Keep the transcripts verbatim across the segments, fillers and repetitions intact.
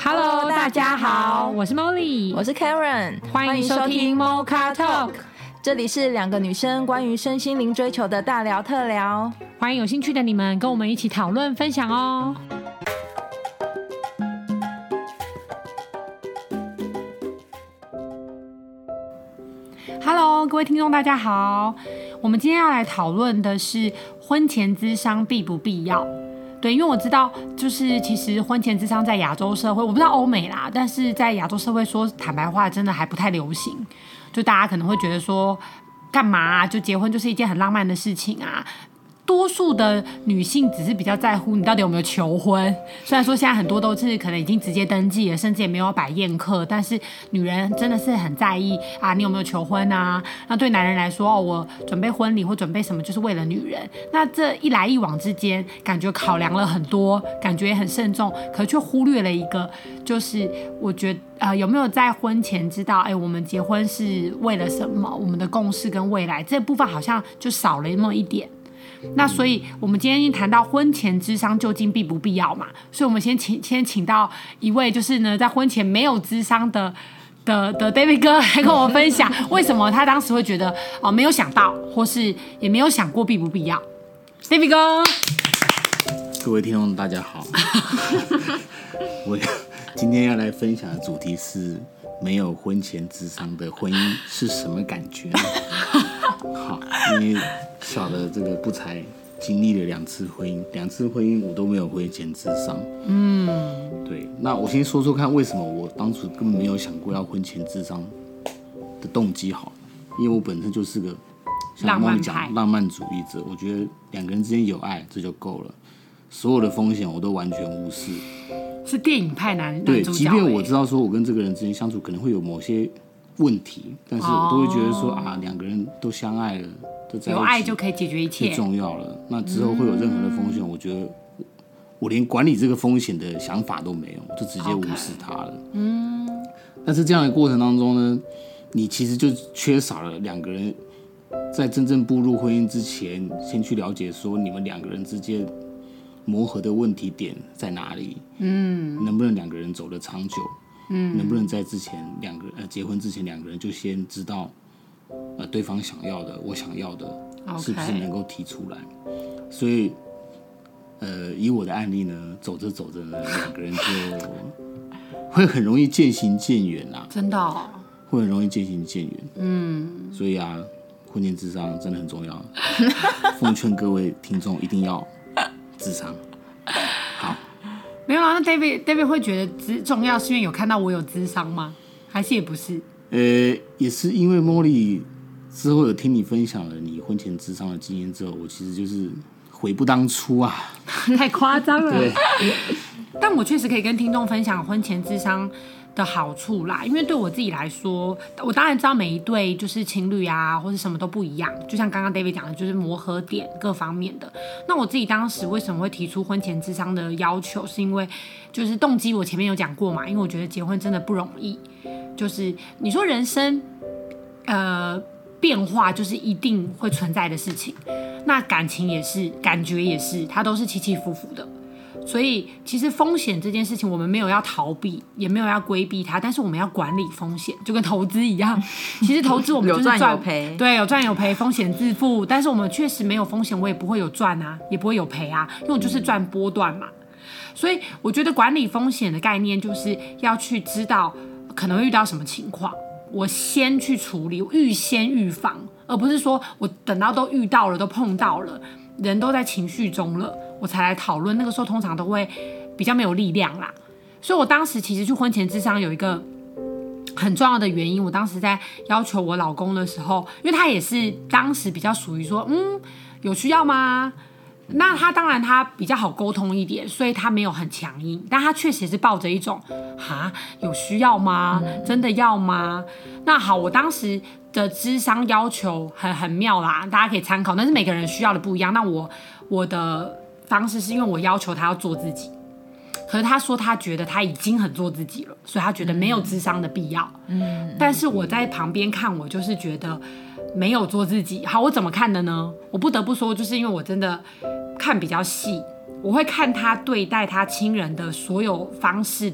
Hello， 大家好，我是 Molly， 我是 Karen， 欢迎收听 Mocha Talk， 这里是两个女生关于身心灵追求的大聊特聊， 欢迎有兴趣的你们跟我们一起讨论分享哦。Hello， 各位听众大家好，我们今天要来讨论的是婚前咨商必不必要。对，因为我知道，就是其实婚前咨商在亚洲社会，我不知道欧美啦，但是在亚洲社会说坦白话，真的还不太流行。就大家可能会觉得说，干嘛啊？就结婚就是一件很浪漫的事情啊。多数的女性只是比较在乎你到底有没有求婚，虽然说现在很多都是可能已经直接登记了，甚至也没有摆宴客，但是女人真的是很在意啊，你有没有求婚啊？那对男人来说，哦，我准备婚礼或准备什么就是为了女人。那这一来一往之间，感觉考量了很多，感觉也很慎重，可却忽略了一个，就是我觉得呃有没有在婚前知道，哎，我们结婚是为了什么？我们的共识跟未来这部分好像就少了那么一点。那所以我们今天谈到婚前諮商究竟必不必要嘛，所以我们先请先请到一位就是呢在婚前没有諮商的的的 David 哥来跟我分享为什么他当时会觉得哦没有想到，或是也没有想过必不必要。David 哥， 各位听众大家好，我今天要来分享的主题是没有婚前諮商的婚姻是什么感觉呢？好，因为小的这个不才经历了两次婚姻，两次婚姻我都没有婚前諮商。嗯，对。那我先说说看，为什么我当初根本没有想过要婚前諮商的动机好了，因为我本身就是个像梦讲浪漫主义者，我觉得两个人之间有爱这就够了，所有的风险我都完全无视。 是电影派男对， 男主角， 即便我知道说我跟这个人之间相处可能会有某些问题，但是我都会觉得说、哦、啊，两个人都相爱了，都在一起， 有爱就可以解决一切， 最重要了。那之后会有任何的风险、嗯，我觉得我连管理这个风险的想法都没有，我就直接无视它了。嗯，但是这样的过程当中呢，你其实就缺少了两个人在真正步入婚姻之前，先去了解说你们两个人之间磨合的问题点在哪里，嗯，能不能两个人走得长久。嗯，能不能在之前两个呃结婚之前两个人就先知道，呃对方想要的，我想要的， okay. 是不是能够提出来？所以，呃，以我的案例呢，走着走着呢，两个人就会很容易渐行渐远啊， 真的、哦，会很容易渐行渐远。嗯，所以啊，婚前諮商真的很重要，奉劝各位听众一定要諮商。好。 没有啊，那 David David 会觉得重要是因为有看到我有諮商吗？还是也不是？ 呃，也是因为 Molly 之后有听你分享了你婚前諮商的经验之后，我其实就是悔不当初啊， 太夸张了。 对， 但我确实可以跟听众分享婚前諮商的好处啦，因为对我自己来说，我当然知道每一对就是情侣啊，或是什么都不一样，就像刚刚 David 讲的，就是磨合点各方面的。那我自己当时为什么会提出婚前諮商的要求，是因为就是动机我前面有讲过嘛，因为我觉得结婚真的不容易，就是你说人生呃变化就是一定会存在的事情，那感情也是，感觉也是，它都是起起伏伏的。所以其实风险这件事情我们没有要逃避，也没有要规避它，但是我们要管理风险，就跟投资一样。其实投资我们就是赚有赚有赔， 对，有赚有赔，风险自负。但是我们确实没有风险，我也不会有赚啊，也不会有赔啊，因为我就是赚波段嘛。所以我觉得管理风险的概念就是要去知道可能会遇到什么情况，我先去处理，预先预防，而不是说我等到都遇到了，都碰到了，人都在情绪中了，我才来讨论，那个时候通常都会比较没有力量啦。所以我当时其实去婚前諮商有一个很重要的原因，我当时在要求我老公的时候，因为他也是当时比较属于说嗯有需要吗，那他当然他比较好沟通一点，所以他没有很强硬，但他确实是抱着一种哈有需要吗、嗯、真的要吗？那好，我当时的諮商要求很很妙啦，大家可以参考，但是每个人需要的不一样。那我我的方式是因为我要求他要做自己，可是他说他觉得他已经很做自己了，所以他觉得没有諮商的必要。嗯，但是我在旁边看，我就是觉得没有做自己。好，我怎么看的呢？我不得不说，就是因为我真的看比较细，我会看他对待他亲人的所有方式的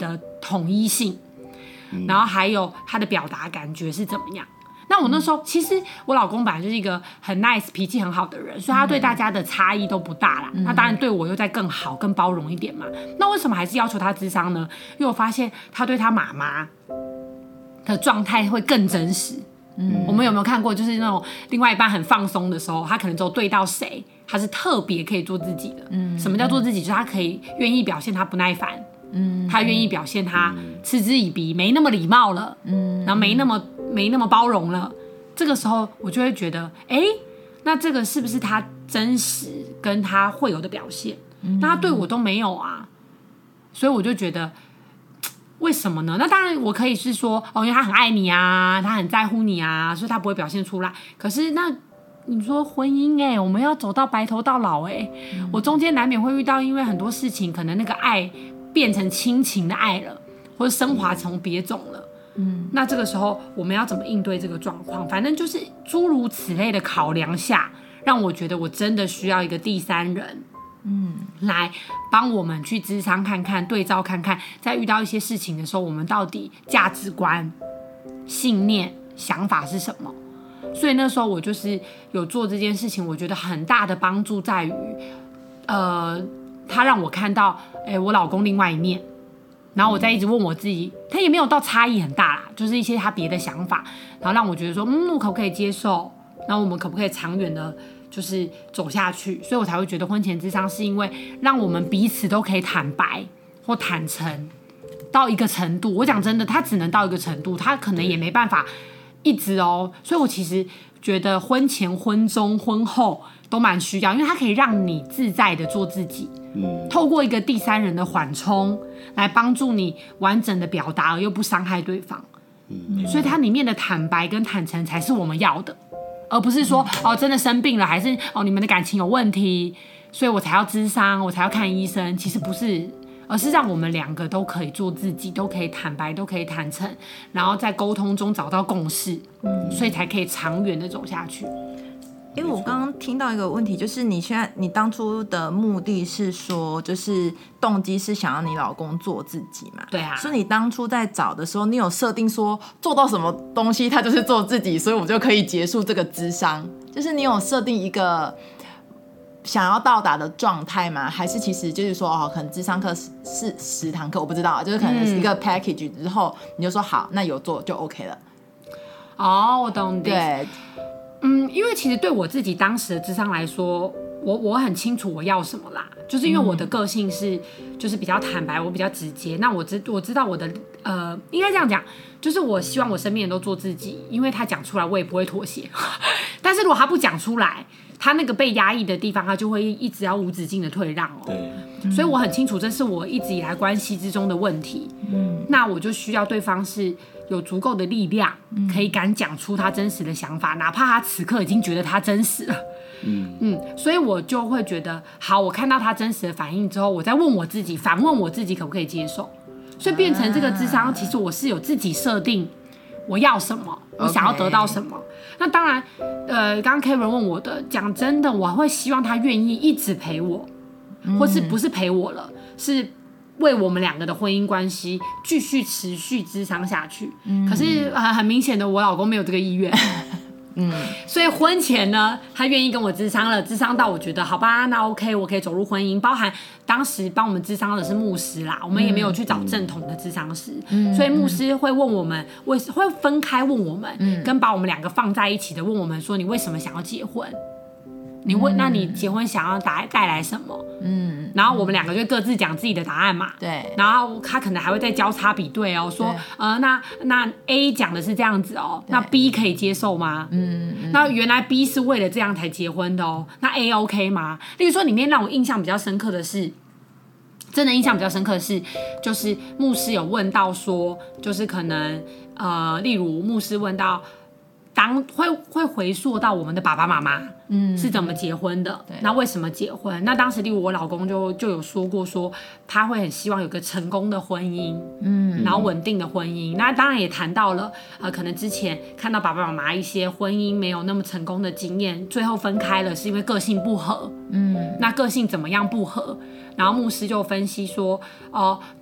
统一性，然后还有他的表达感觉是怎么样。那我那时候其实我老公本来就是一个很 nice 脾气很好的人，所以他对大家的差异都不大啦、嗯、那当然对我又再更好更包容一点嘛。那为什么还是要求他諮商呢？因为我发现他对他妈妈的状态会更真实。嗯，我们有没有看过就是那种另外一半很放松的时候，他可能只有对到谁他是特别可以做自己的。嗯，什么叫做自己？就是他可以愿意表现他不耐烦，嗯，他愿意表现他嗤之以鼻，没那么礼貌了，嗯，然后没那么没那么包容了。这个时候我就会觉得，哎，那这个是不是他真实跟他会有的表现？嗯、那他对我都没有啊，所以我就觉得。为什么呢？那当然，我可以是说，哦，因为他很爱你啊，他很在乎你啊，所以他不会表现出来。可是那你说婚姻哎、欸，我们要走到白头到老哎、欸嗯，我中间难免会遇到，因为很多事情，可能那个爱变成亲情的爱了，或者升华成别种了。嗯，那这个时候我们要怎么应对这个状况？反正就是诸如此类的考量下，让我觉得我真的需要一个第三人。嗯，来帮我们去諮商看看，对照看看，在遇到一些事情的时候，我们到底价值观、信念、想法是什么？所以那时候我就是有做这件事情，我觉得很大的帮助在于，呃，他让我看到，哎，我老公另外一面，然后我再一直问我自己，他也没有到差异很大啦，就是一些他别的想法，然后让我觉得说，嗯，我可不可以接受？然后我们可不可以长远的？就是走下去，所以我才会觉得婚前諮商是因为让我们彼此都可以坦白或坦诚到一个程度。我讲真的，他只能到一个程度，他可能也没办法一直哦。所以我其实觉得婚前、婚中、婚后都蛮需要，因为它可以让你自在的做自己。嗯，透过一个第三人的缓冲来帮助你完整的表达，而又不伤害对方。嗯，所以它里面的坦白跟坦诚才是我们要的。而不是说哦，真的生病了，还是哦你们的感情有问题，所以我才要諮商，我才要看医生。其实不是，而是让我们两个都可以做自己，都可以坦白，都可以坦诚，然后在沟通中找到共识，嗯，所以才可以长远的走下去。 因为我刚刚听到一个问题，就是你现在你当初的目的是说，就是动机是想要你老公做自己嘛？ 对啊。 所以你当初在找的时候，你有设定说做到什么东西他就是做自己，所以我就可以结束这个諮商，就是你有设定一个想要到达的状态吗？还是其实就是说哦，可能諮商课是十堂课，我不知道，就是可能是一个 package 之后，嗯、你就说好，那有做就 OK 了。 哦，我懂你。 对。 嗯，因为其实对我自己当时的諮商来说，我我很清楚我要什么啦，就是因为我的个性是就是比较坦白，我比较直接。那我知我知道我的呃，应该这样讲，就是我希望我身边人都做自己，因为他讲出来我也不会妥协。但是如果他不讲出来，他那个被压抑的地方，他就会一直要无止境的退让哦。对，所以我很清楚这是我一直以来关系之中的问题。嗯，那我就需要对方是有足够的力量，可以敢讲出他真实的想法，哪怕他此刻已经觉得他真实了。嗯嗯，所以我就会觉得，好，我看到他真实的反应之后，我再问我自己，反问我自己可不可以接受。所以变成这个諮商，其实我是有自己设定我要什么，我想要得到什么。Okay. 那当然，呃，刚刚 Karen 问我的，讲真的，我会希望他愿意一直陪我，嗯、或是不是陪我了，是为我们两个的婚姻关系继续持续諮商下去。嗯、可是、呃、很明显的，我老公没有这个意愿。嗯，所以婚前呢，他愿意跟我諮商了，諮商到我觉得好吧，那 OK， 我可以走入婚姻。包含当时帮我们諮商的是牧师啦，我们也没有去找正统的諮商师，嗯、所以牧师会问我们，为会分开问我们，嗯、跟把我们两个放在一起的问我们说，你为什么想要结婚？你问，那你结婚想要带带来什么？嗯，然后我们两个就各自讲自己的答案嘛。 对， 然后他可能还会再交叉比对哦，说呃，那那 A 讲的是这样子哦，那 B 可以接受吗？嗯, 嗯，那原来 B 是为了这样才结婚的哦，那 A OK 吗？例如说，里面让我印象比较深刻的是，真的印象比较深刻的是，就是牧师有问到说，就是可能呃，例如牧师问到。当会会回溯到我们的爸爸妈妈，嗯，是怎么结婚的？那为什么结婚？那当时例如我老公就就有说过说，他会很希望有个成功的婚姻，嗯，然后稳定的婚姻。那当然也谈到了，呃，可能之前看到爸爸妈妈一些婚姻没有那么成功的经验，最后分开了是因为个性不合，嗯，那个性怎么样不合？然后牧师就分析说，哦，那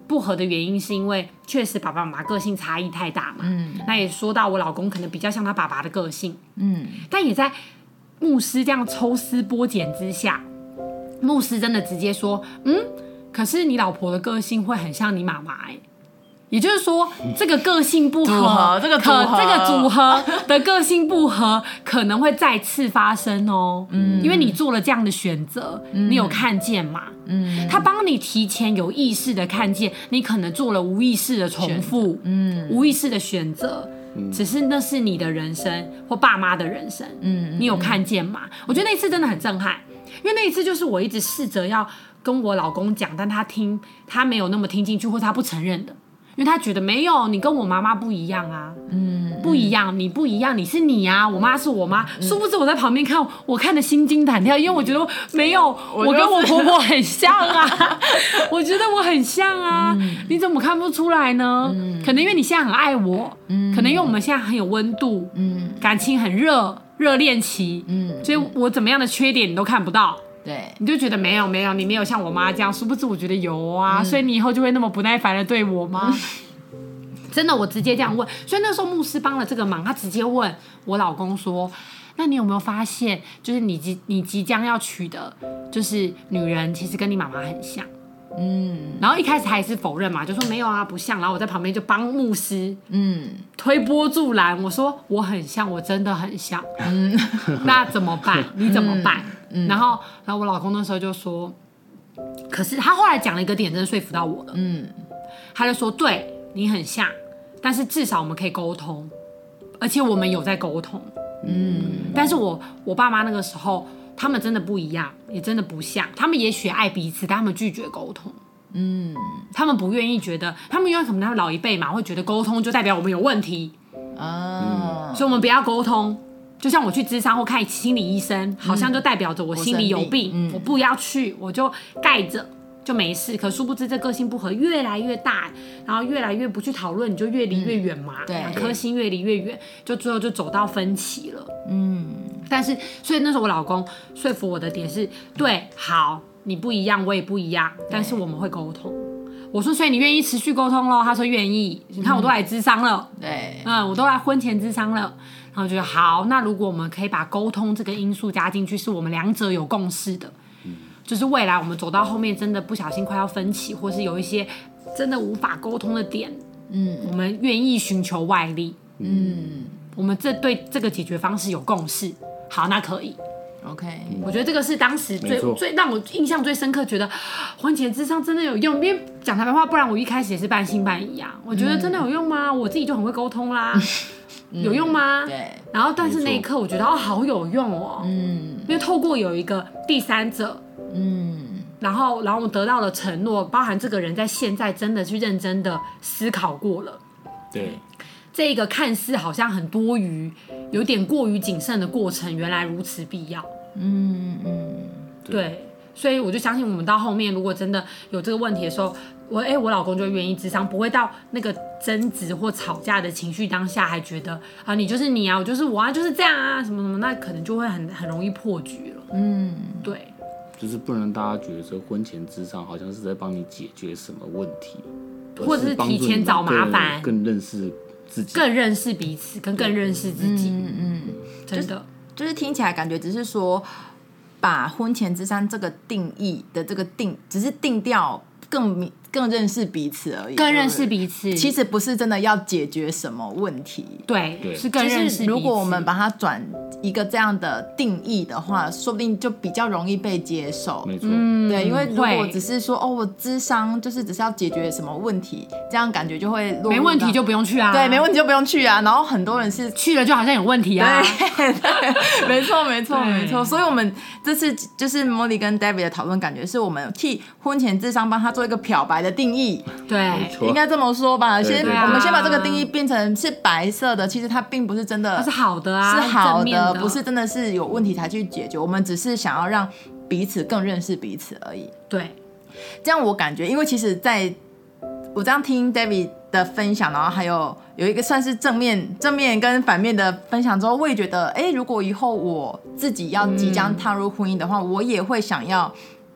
不合的原因是因为确实爸爸妈妈个性差异太大嘛，嗯，那也说到我老公可能比较像他爸爸的个性，嗯，但也在牧师这样抽丝剥茧之下，牧师真的直接说，嗯，可是你老婆的个性会很像你妈妈哎。也就是说，这个个性不合， 组合这个组合可这个组合的个性不合，可能会再次发生哦。嗯，因为你做了这样的选择，嗯、你有看见嘛？嗯，他帮你提前有意识的看见，你可能做了无意识的重复，嗯，无意识的选择。嗯、只是那是你的人生或爸妈的人生，嗯，你有看见吗？我觉得那一次真的很震撼，因为那一次就是我一直试着要跟我老公讲，但他听他没有那么听进去，或他不承认的。因为他觉得没有，你跟我妈妈不一样啊，嗯，不一样，你不一样，你是你啊，我妈是我妈，嗯、殊不知我在旁边看，我看得心惊胆跳，因为我觉得没有，我, 我跟我婆婆很像啊，我觉得我很像啊，嗯、你怎么看不出来呢？嗯、可能因为你现在很爱我，嗯、可能因为我们现在很有温度，嗯、感情很热，热恋期，嗯、所以我怎么样的缺点你都看不到。 对， 你就觉得没有没有，你没有像我妈这样，殊不知我觉得有啊，嗯、所以你以后就会那么不耐烦的对我吗？嗯、真的，我直接这样问。所以那时候牧师帮了这个忙，他直接问我老公说：“那你有没有发现，就是你即你即将要娶的，就是女人，其实跟你妈妈很像？”嗯，然后一开始他也是否认嘛，就说没有啊，不像。然后我在旁边就帮牧师，嗯，推波助澜，我说我很像，我真的很像。嗯，那怎么办？你怎么办？嗯嗯、然后，然后我老公那时候就说，可是他后来讲了一个点，真的说服到我了。嗯，他就说，对你很像，但是至少我们可以沟通，而且我们有在沟通。嗯，但是我我爸妈那个时候，他们真的不一样，也真的不像。他们也许爱彼此，但他们拒绝沟通。嗯，他们不愿意觉得，他们因为可能他们老一辈嘛，会觉得沟通就代表我们有问题啊，所以我们不要沟通。就像我去諮商或看心理医生，好像就代表着我心里有病，我, 嗯、我不要去，我就盖着就没事。可殊不知这个性不合越来越大，然后越来越不去讨论，你就越离越远嘛。嗯、两颗心越离越远，就最后就走到分歧了。嗯，但是所以那时候我老公说服我的点是，对，好，你不一样，我也不一样，但是我们会沟通。我说，所以你愿意持续沟通咯？他说愿意。你看我都来諮商了，对，嗯，我都来婚前諮商了。然后就觉得好，那如果我们可以把沟通这个因素加进去，是我们两者有共识的，嗯、就是未来我们走到后面真的不小心快要分歧，或是有一些真的无法沟通的点，嗯，我们愿意寻求外力，嗯，我们这对这个解决方式有共识，好，那可以。OK， 我觉得这个是当时最最让我印象最深刻，觉得婚前諮商真的有用。因为讲台白话，不然我一开始也是半信半疑啊。我觉得真的有用吗？我自己就很会沟通啦，有用吗？对。然后，但是那一刻我觉得哦，好有用哦。嗯。因为透过有一个第三者，嗯，然后然后我得到了承诺，包含这个人在现在真的去认真的思考过了。对。这个看似好像很多余、有点过于谨慎的过程，原来如此必要。嗯嗯，对, 对，所以我就相信，我们到后面如果真的有这个问题的时候，我哎、欸，我老公就愿意諮商，不会到那个争执或吵架的情绪当下，还觉得啊，你就是你啊，我就是我啊，就是这样啊，什么什么，那可能就会很很容易破局了。嗯，对， 就是不能大家觉得这婚前諮商好像是在帮你解决什么问题， 或者是提前找麻烦， 更认识。 更认识彼此，跟更认识自己，嗯嗯，真的就，就是听起来感觉只是说，把婚前諮商这个定义的这个定，只是定调更更认识彼此而已， 更认识彼此， 其实不是真的要解决什么问题， 对，对是更认识彼此。 就是如果我们把它转一个这样的定义的话，说不定就比较容易被接受。 没错， 对，因为如果只是说哦，我諮商就是只是要解决什么问题，这样感觉就会落入没问题就不用去啊， 对，没问题就不用去啊。然后很多人是去了就好像有问题啊， 对，对没错，没错，没错。所以我们这次就是 Molly 跟 David 的讨论，感觉是我们替婚前諮商帮他做一个漂白的定义。 对， 应该这么说吧。先，我们先把这个定义变成是白色的，其实它并不是真的， 它是好的啊， 是好的。不是真的是有问题才去解决，我们只是想要让彼此更认识彼此而已。 对， 这样我感觉，因为其实在我这样听 David 的分享，然后还有有一个算是正面正面跟反面的分享之后，我也觉得，哎，如果以后我自己要即将踏入婚姻的话，嗯、我也会想要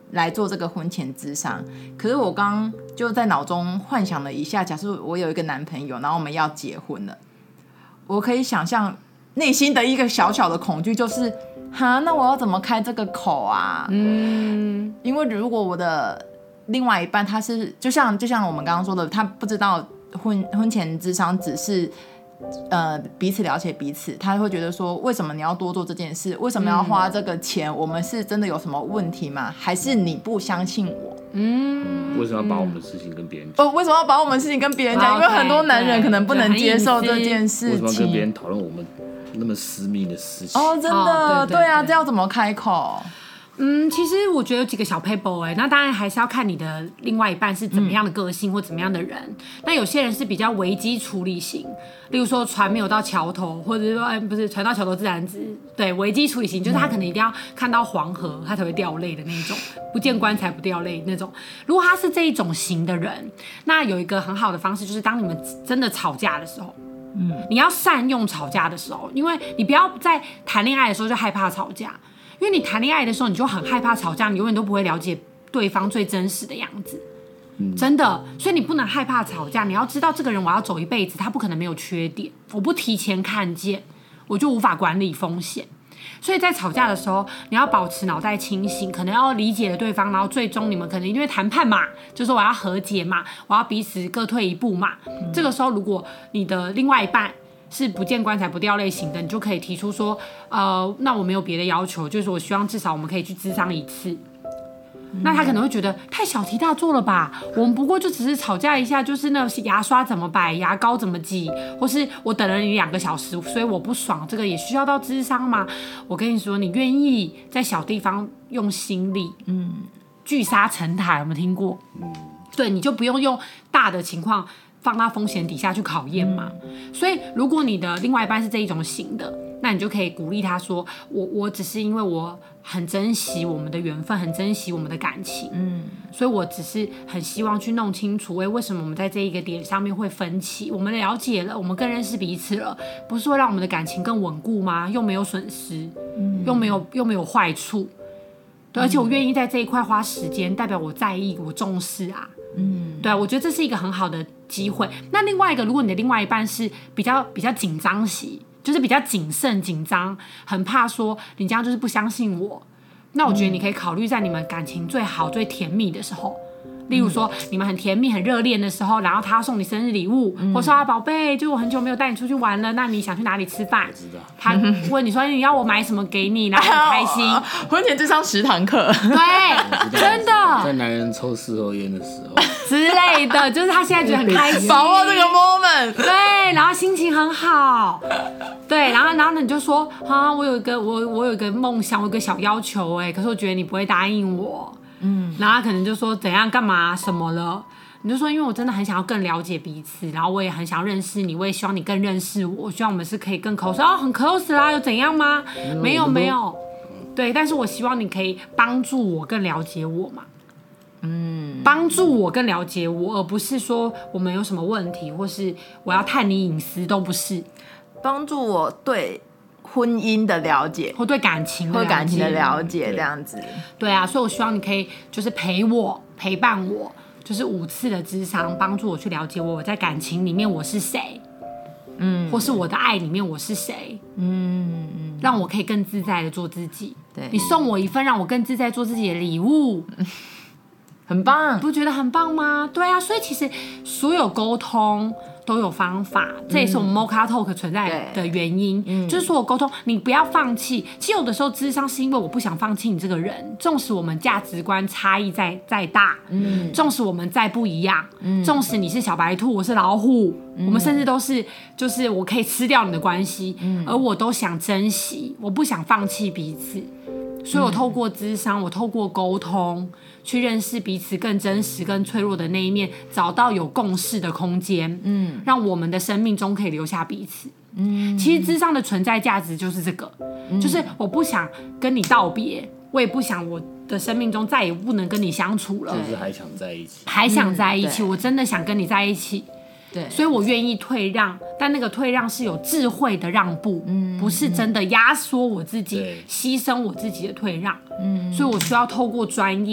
来做这个婚前咨商。可是我刚刚就在脑中幻想了一下，假设我有一个男朋友，然后我们要结婚了，我可以想象内心的一个小小的恐惧就是，哈，那我要怎么开这个口啊？嗯，因为如果我的另外一半他是就像就像我们刚刚说的，他不知道婚婚前咨商只是。呃，彼此了解彼此，他会觉得说，为什么你要多做这件事？为什么要花这个钱？嗯、我们是真的有什么问题吗？还是你不相信我？ 嗯，为什么要把我们的事情跟别人讲？ 哦，为什么要把我们的事情跟别人讲？ Okay, 因为很多男人可能不能接受这件事情。 为什么要跟别人讨论我们那么私密的事情？ 哦，真的， 哦、对, 对, 对啊，这要怎么开口？ 嗯，其实我觉得有几个小 paper 哎、欸，那当然还是要看你的另外一半是怎么样的个性或怎么样的人。嗯、那有些人是比较危机处理型，例如说船没有到桥头，或者是说哎不是船到桥头自然直，对，危机处理型就是他可能一定要看到黄河他才会掉泪的那种，不见棺材不掉泪那种。如果他是这一种型的人，那有一个很好的方式就是当你们真的吵架的时候。嗯，你要善用吵架的时候，因为你不要在谈恋爱的时候就害怕吵架。因为你谈恋爱的时候，你就很害怕吵架，你永远都不会了解对方最真实的样子，嗯、真的。所以你不能害怕吵架，你要知道这个人我要走一辈子，他不可能没有缺点。我不提前看见，我就无法管理风险。所以在吵架的时候，你要保持脑袋清醒，可能要理解了对方，然后最终你们可能因为谈判嘛，就是我要和解嘛，我要彼此各退一步嘛。嗯、这个时候，如果你的另外一半是不见棺材不掉泪型的，你就可以提出说，呃，那我没有别的要求，就是我希望至少我们可以去諮商一次。嗯、那他可能会觉得太小题大做了吧？我们不过就只是吵架一下，就是那牙刷怎么摆，牙膏怎么挤，或是我等了你两个小时，所以我不爽，这个也需要到諮商吗？我跟你说，你愿意在小地方用心力，嗯，聚沙成塔，有没有听过？嗯，对，你就不用用大的情况。放到风险底下去考验嘛，嗯、所以如果你的另外一半是这一种型的，那你就可以鼓励他说：“我我只是因为我很珍惜我们的缘分，很珍惜我们的感情，嗯，所以我只是很希望去弄清楚，哎，为什么我们在这一个点上面会分歧？我们了解了，我们更认识彼此了，不是会让我们的感情更稳固吗？又没有损失，嗯、又没有又没有坏处，对，而且我愿意在这一块花时间，代表我在意，我重视啊。”嗯，对，我觉得这是一个很好的机会。那另外一个，如果你的另外一半是比较比较紧张型，就是比较谨慎、紧张，很怕说你这样就是不相信我，那我觉得你可以考虑在你们感情最好、最甜蜜的时候。例如说，你们很甜蜜、很热恋的时候，然后他要送你生日礼物，嗯、或说啊，宝贝，就我很久没有带你出去玩了，那你想去哪里吃饭？他问你说你要我买什么给你，然后很开心。 婚前就上十堂课， 对，真的， 在男人抽事后烟的时候之类的，就是他现在觉得很开心， 把握这个 moment， 对，然后心情很好，对，然后然后呢你就说啊，我有一个我我有一个梦想，我有一个小要求，哎，可是我觉得你不会答应我。嗯，然后他可能就说怎样干嘛什么了，你就说因为我真的很想要更了解彼此，然后我也很想认识你，我也希望你更认识我，我希望我们是可以更 close 哦，很 close 啦，有怎样吗？嗯、没有没有，对，但是我希望你可以帮助我更了解我嘛，嗯，帮助我更了解我，而不是说我们有什么问题，或是我要探你隐私，都不是， 帮助我对。婚姻的了解， 或对感情的了解， 或感情的了解，这样子。 对啊，所以我希望你可以就是陪我，陪伴我，就是五次的諮商，帮助我去了解我在感情里面我是谁，嗯，或是我的爱里面我是谁，嗯嗯，让我可以更自在的做自己。对，你送我一份让我更自在做自己的礼物， 很棒， 不觉得很棒吗？对啊，所以其实所有沟通。都有方法，这也是我们 Mocha Talk 存在的原因。嗯、就是说我沟通，你不要放弃。其实有的时候諮商是因为我不想放弃你这个人，纵使我们价值观差异再再大，嗯，纵使我们再不一样，嗯，纵使你是小白兔，我是老虎，嗯、我们甚至都是就是我可以吃掉你的关系，嗯，而我都想珍惜，我不想放弃彼此。所以我透过諮商，我透过沟通，去认识彼此更真实、更脆弱的那一面，找到有共识的空间，嗯，让我们的生命中可以留下彼此。嗯，其实諮商的存在价值就是这个，嗯、就是我不想跟你道别，我也不想我的生命中再也不能跟你相处了， 就是还想在一起， 还想在一起，嗯、我真的想跟你在一起。对，所以我愿意退让，但那个退让是有智慧的让步，嗯、不是真的压缩我自己、牺牲我自己的退让。嗯、所以我需要透过专业，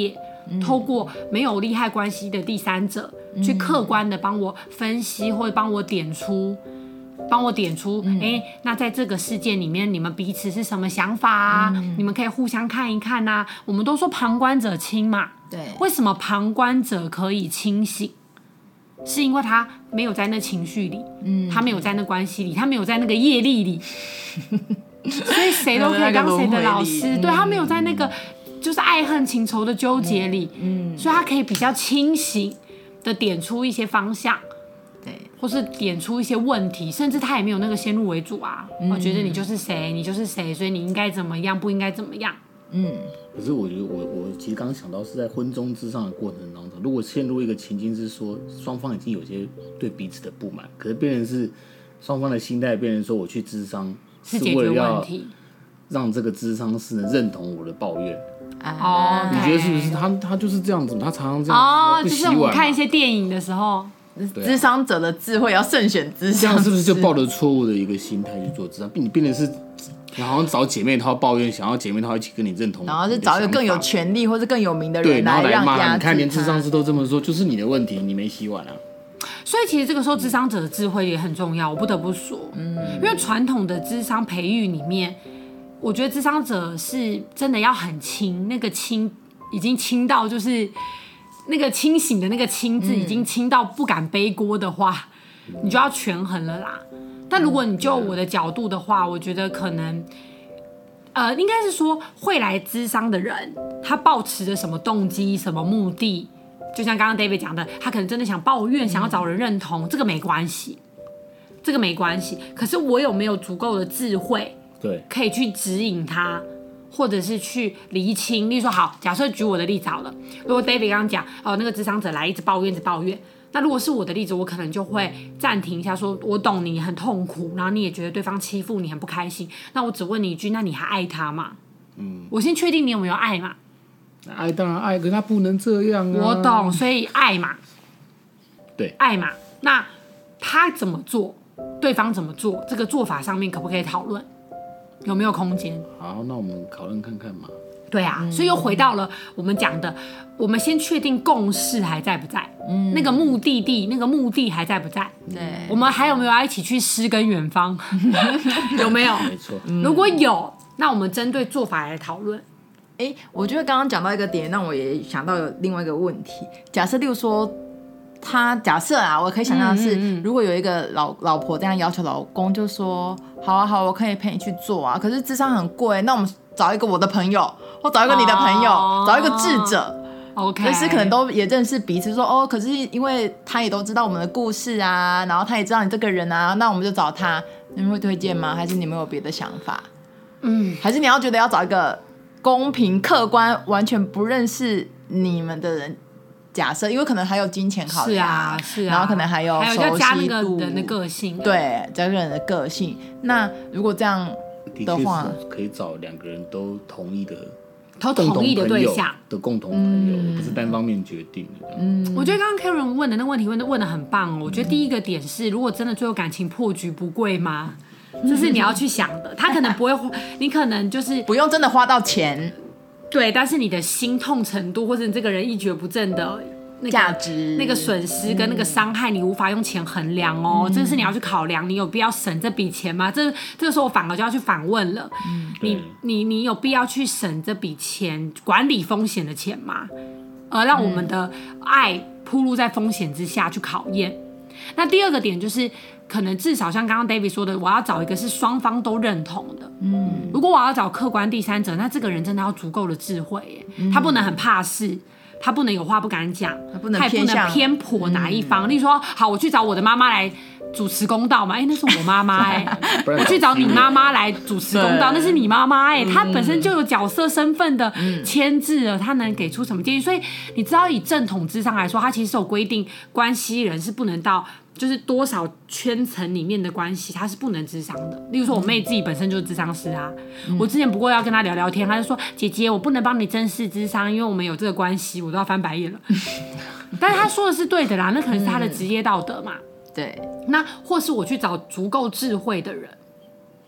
透过没有利害关系的第三者，嗯、去客观的帮我分析或者帮我点出。帮我点出，哎、嗯欸，那在这个事件里面，你们彼此是什么想法啊？嗯、你们可以互相看一看啊。我们都说旁观者清嘛， 对，为什么旁观者可以清醒？是因为他没有在那情绪里，嗯，他没有在那关系里，他没有在那个业力里，所以谁都可以当谁的老师。嗯、对，他没有在那个就是爱恨情仇的纠结里，嗯，所以他可以比较清醒的点出一些方向。 对， 或是点出一些问题，甚至他也没有那个先入为主啊。嗯、我觉得你就是谁，你就是谁，所以你应该怎么样，不应该怎么样。 嗯， 可是我觉得我我其实刚刚想到是在婚中之上的过程当中，如果陷入一个情境是说双方已经有些对彼此的不满，可是变成是双方的心态变成说我去諮商是为了要让这个諮商师能認同我的抱怨。 哦， 你觉得是不是他他就是这样子？他常常这样子哦， 不洗碗。就是我看一些电影的时候。 諮商者的智慧要慎选諮商， 这样是不是就抱着错误的一个心态去做諮商？你变成是，你好像找姐妹淘抱怨，想要姐妹淘一起跟你认同， 然后是找一个更有权力或是更有名的人来让骂压你看连諮商师都这么说，就是你的问题，你没洗碗啊。 所以其实这个时候諮商者的智慧也很重要，我不得不说，嗯，因为传统的諮商培育里面，我觉得諮商者是真的要很轻，那个轻已经轻到就是。那个清醒的那个清字已经清到不敢背锅的话，嗯、你就要权衡了啦。但如果你就我的角度的话，我觉得可能，呃，应该是说会来諮商的人，他抱持着什么动机、什么目的，就像刚刚 David 讲的，他可能真的想抱怨，想要找人认同，嗯、这个没关系，这个没关系。可是我有没有足够的智慧， 对， 可以去指引他？或者是去厘清，例如说，好，假设举我的例子好了。如果 David 刚刚讲，哦，那个諮商者来一直抱怨，一直抱怨，那如果是我的例子，我可能就会暂停一下说，说我懂你很痛苦，然后你也觉得对方欺负你很不开心，那我只问你一句，那你还爱他吗？嗯，我先确定你有没有爱嘛。 爱当然爱，可是他不能这样啊。 我懂，所以爱嘛， 对， 爱嘛。那他怎么做，对方怎么做，这个做法上面可不可以讨论？有没有空间？ 好，那我们讨论看看嘛。 对啊，嗯、所以又回到了我们讲的，我们先确定共识还在不在，嗯，那个目的地，那个目的还在不在？ 对， 我们还有没有要一起去诗跟远方？有没有？ 没错。 如果有，那我们针对做法来讨论。 哎，我觉得刚刚讲到一个点，让我也想到有另外一个问题。假设，例如说。他假设啊，我可以想象的是，嗯嗯嗯如果有一个老老婆这样要求老公，就说好啊好，我可以陪你去做啊，可是諮商很貴，那我們找一個我的朋友，或找一個你的朋友，哦、找一個智者 ，OK， 可是可能都也認識彼此說，說哦，可是因為他也都知道我們的故事啊，然後他也知道你這個人啊，那我們就找他，你們會推薦嗎？還是你們有別的想法？嗯，還是你要覺得要找一個公平客觀完全不認識你們的人？假設，因為可能還有金錢考量， 是啊，是啊， 然後可能還有熟悉度， 還有要加那個人的個性， 對，加個人的個性。那如果這樣的話， 的可以找兩個人都同意的， 都同意的對象的共同朋友，嗯、不是單方面決定的。 嗯，我覺得剛剛 Karen 問的那個問題問的問的很棒哦。我覺得第一個點是，如果真的最後感情破局不貴嗎？這是你要去想的。他可能不會，你可能就是不用真的花到錢。 對，但是你的心痛程度，或者你這個人一蹶不振的那個價值、 那個損失跟那個傷害，你無法用錢衡量哦。嗯、這是你要去考量，你有必要省這筆錢嗎？這這個時候我反而就要去反問了，嗯、你你你有必要去省這筆錢，管理風險的錢嗎？而讓我們的愛暴露在風險之下去考驗。那第二個點就是，可能至少像剛剛 David 說的，我要找一個是雙方都認同的。嗯，如果我要找客觀第三者，那這個人真的要足夠的智慧耶，嗯、他不能很怕事，他不能有話不敢講， 他不能他也不能偏頗哪一方。嗯、例如說，好，我去找我的媽媽來主持公道嘛，哎、欸，那是我媽媽哎，我去找你媽媽來主持公道，那是你媽媽哎，她本身就有角色身份的牽制了，她能給出什麼建議？所以你知道，以正統諮商來說，它其實有規定，關係人是不能到。就是多少圈層裡面的關係，他是不能諮商的。例如說，我妹自己本身就是諮商師啊，嗯、我之前不過要跟她聊聊天，她就說：“姐姐，我不能幫你正式諮商，因為我們有這個關係。”我都要翻白眼了。但是她說的是對的啦，那可能是她的職業道德嘛。 對、嗯， 那或是我去找足夠智慧的人，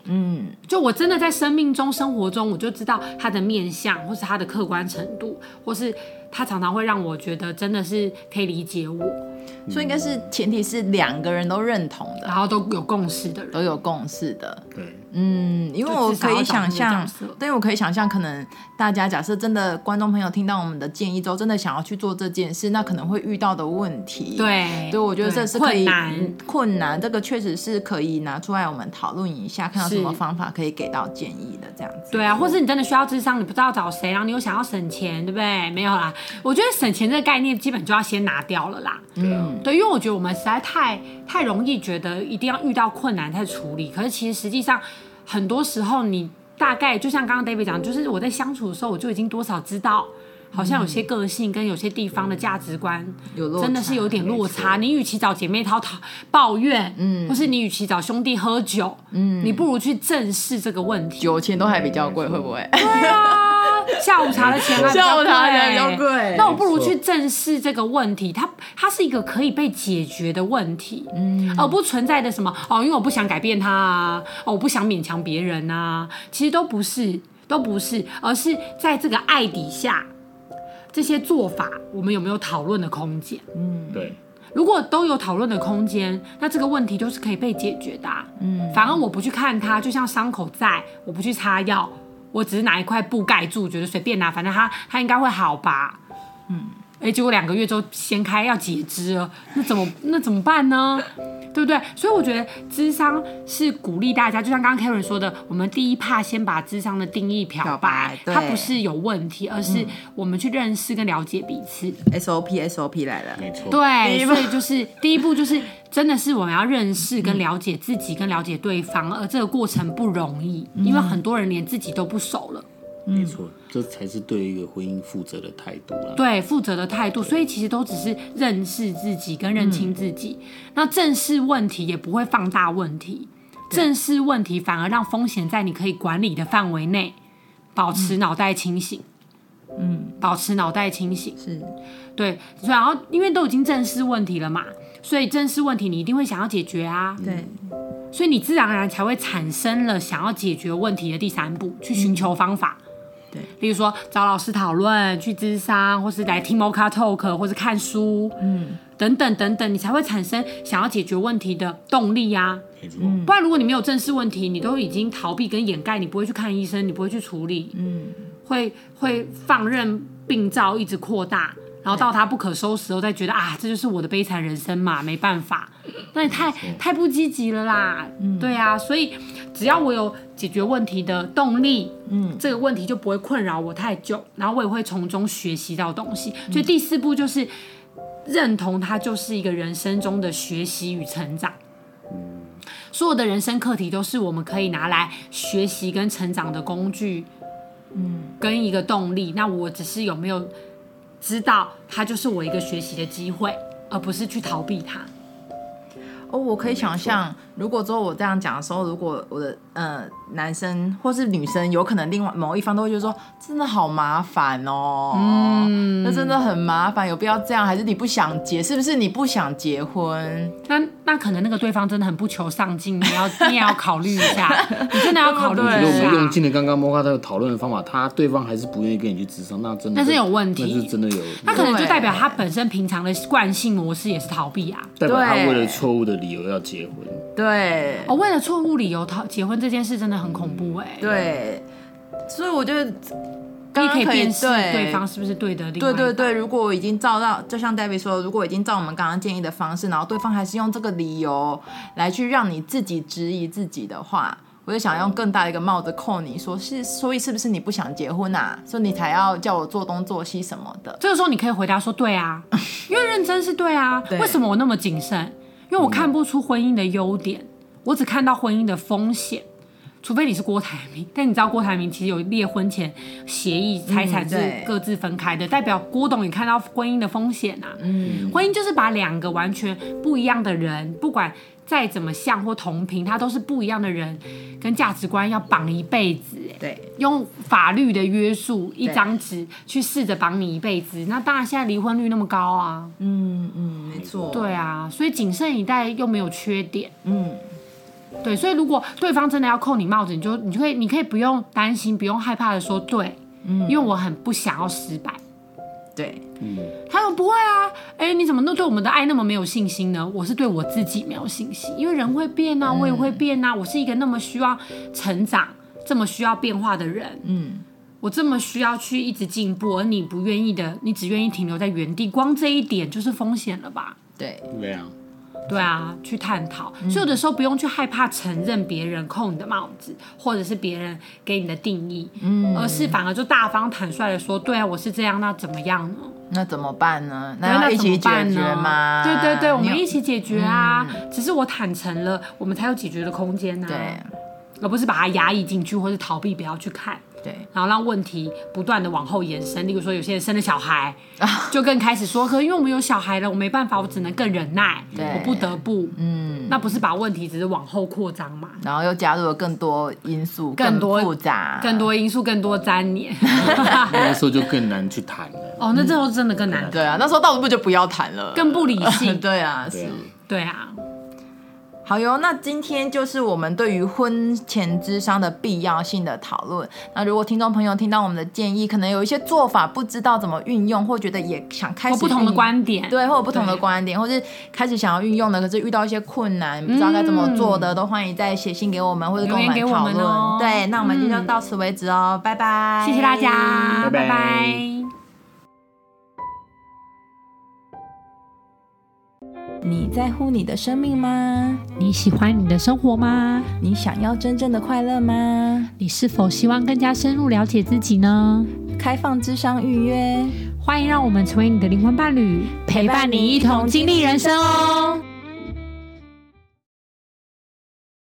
嗯，就我真的在生命中、生活中，我就知道他的面相，或是他的客观程度，或是他常常会让我觉得真的是可以理解我。 所以应该是前提是两个人都认同的， 然后都有共识的人， 都有共识的。 对， 嗯，因为我可以想象，对，我可以想象，可能大家假设真的观众朋友听到我们的建议之后，真的想要去做这件事，那可能会遇到的问题。 对， 对，我觉得这是可以困难， 困难，这个确实是可以拿出来我们讨论一下，看到什么方法可以给到建议的，这样子。 对啊，或是你真的需要諮商，你不知道找谁，然后你又想要省钱，对不对？没有啦，我觉得省钱这个概念基本就要先拿掉了啦。嗯，对，因为我觉得我们实在太太容易觉得一定要遇到困难才处理，可是其实实际上很多时候你大概就像刚刚 David 讲，就是我在相处的时候我就已经多少知道。好像有些个性跟有些地方的价值观，真的是有点落差。你与其找姐妹淘讨抱怨，嗯，或是你与其找兄弟喝酒，嗯，你不如去正视这个问题。 酒钱都还比较贵，会不会？ 对啊，下午茶的钱还比较贵， 下午茶还比较贵。 那我不如去正视这个问题，它它是一个可以被解决的问题，嗯，而不存在的什么哦，因为我不想改变他啊，哦，我不想勉强别人啊，其实都不是，都不是，而是在这个爱底下。这些做法，我们有没有讨论的空间？ 嗯，对。 如果都有讨论的空间，那这个问题就是可以被解决的、啊。嗯，反而我不去看它，就像伤口在，我不去擦药，我只是拿一块布盖住，觉得随便拿，反正它它应该会好吧？嗯，哎，结果两个月之后掀开要截肢了，那怎么那怎么办呢？对不对？所以我觉得諮商是鼓励大家，就像刚刚 Karen 说的，我们第一趴先把諮商的定义漂白，它不是有问题，而是我们去认识跟了解彼此。 S O P S O P 来了， 没错。 对，所以就是第一步就是真的是我们要认识跟了解自己，跟了解对方，而这个过程不容易，因为很多人连自己都不熟了。 没错，这才是对一个婚姻负责的态度啦。 对，负责的态度，所以其实都只是认识自己跟认清自己。嗯、那正视问题也不会放大问题，正视问题反而让风险在你可以管理的范围内，保持脑袋清醒。嗯，保持脑袋清醒是， 对。然后因为都已经正视问题了嘛，所以正视问题你一定会想要解决啊。 对。 所以你自然而然才会产生了想要解决问题的第三步，去寻求方法。 对， 例如說找老師討論、去諮商，或是來聽 Mocha Talk， 或是看書，嗯，等等等等，你才會產生想要解決問題的動力呀、啊。嗯，不然如果你沒有正視問題，你都已經逃避跟掩蓋，你不會去看醫生，你不會去處理，嗯，會會放任病灶一直擴大。然後到他不可收拾後，再覺得啊，這就是我的悲慘人生嘛，沒辦法，那你太太不積極了啦，嗯，對啊，所以只要我有解決問題的動力，嗯，這個問題就不會困擾我太久，然後我也會從中學習到東西。所以第四步就是認同它就是一個人生中的學習與成長，所有的人生課題都是我們可以拿來學習跟成長的工具，嗯，跟一個動力。那我只是有沒有知道它就是我一個學習的機會，而不是去逃避它。 哦，我可以想象，如果之後我這樣講的時候，如果我的呃男生或是女生，有可能另外某一方都會覺得說，真的好麻煩哦，嗯，那真的很麻煩，有必要這樣？還是你不想結？是不是你不想結婚？ 那那可能那個對方真的很不求上進，你要你也要考慮一下，你真的要考慮一下。 如果我們用盡了剛剛Mocha的討論的方法，他對方還是不願意跟你去諮商，那真的那是有問題， 那是真的有。 那可能就代表他本身平常的慣性模式也是逃避啊， 代表他為了錯誤的理由要結婚。 對， 哦，為了錯誤理由結婚這件事真的很恐怖哎、欸。 對，所以我覺得你可以辨識對方是不是對的另外一半。 對對對，如果我已經照到，就像 David 說，如果已經照我們剛剛建議的方式，然後對方還是用這個理由來去讓你自己質疑自己的話，我就想用更大的一個帽子扣你，說是，所以是不是你不想結婚啊？所以你才要叫我做東做西什麼的。 這個時候你可以回答說，對啊，因為認真是對啊。對，為什麼我那麼謹慎？因為我看不出婚姻的優點，我只看到婚姻的風險。除非你是郭台銘，但你知道郭台銘其實有列婚前協議，財產是各自分開的，嗯、代表郭董也看到婚姻的風險啊。嗯，婚姻就是把兩個完全不一樣的人，不管再怎麼像或同頻，他都是不一樣的人，跟價值觀要綁一輩子。 對， 用法律的約束，一張紙去試着綁你一輩子，那當然現在離婚率那麼高啊。 嗯嗯，沒錯。 對啊，所以謹慎以待又沒有缺點。 嗯。 对，所以如果对方真的要扣你帽子，你就你就可以你可以不用担心，不用害怕的说对，嗯，因为我很不想要失败。 对， 嗯， 他说不会啊，哎，你怎么都对我们的爱那么没有信心呢？我是对我自己没有信心，因为人会变啊，我也会变啊，我是一个那么需要成长、这么需要变化的人，嗯，我这么需要去一直进步，而你不愿意的，你只愿意停留在原地，光这一点就是风险了吧？ 对， 对啊。 对啊，去探讨，所以有的时候不用去害怕承认别人扣你的帽子，或者是别人给你的定义，嗯，而是反而就大方坦率的说，对啊，我是这样，那怎么样呢？ 那怎么办呢？那要一起解决吗？ 对对对，我们一起解决啊！嗯、只是我坦诚了，我们才有解决的空间啊，对，而不是把它压抑进去，或是逃避不要去看。对，然后让问题不断的往后延伸，例如说有些人生了小孩，就更开始说，可因为我们有小孩了，我没办法，我只能更忍耐，我不得不，嗯，那不是把问题只是往后扩张嘛？ 然后又加入了更多因素，更多复杂， 更多因素，更多粘连， 那时候就更难去谈了。 哦，那这时候真的更难谈。 对啊，那时候倒不如就不要谈了， 更不理性。 对啊，是， 对啊。 好哟，那今天就是我们对于婚前諮商的必要性的讨论。那如果听众朋友听到我们的建议，可能有一些做法不知道怎么运用，或觉得也想开始或不同的观点， 对，或有不同的观点，或是开始想要运用的，可是遇到一些困难，不知道该怎么做的，嗯、都欢迎再写信给我们，或者跟我们讨论。哦、对，那我们今天就到此为止哦，嗯、拜拜， 谢谢大家，拜拜。拜拜。 你在乎你的生命吗？ 你喜欢你的生活吗？ 你想要真正的快乐吗？ 你是否希望更加深入了解自己呢？ 开放諮商預約， 歡迎讓我們成為你的靈魂伴侶，陪伴你一同經歷人生哦。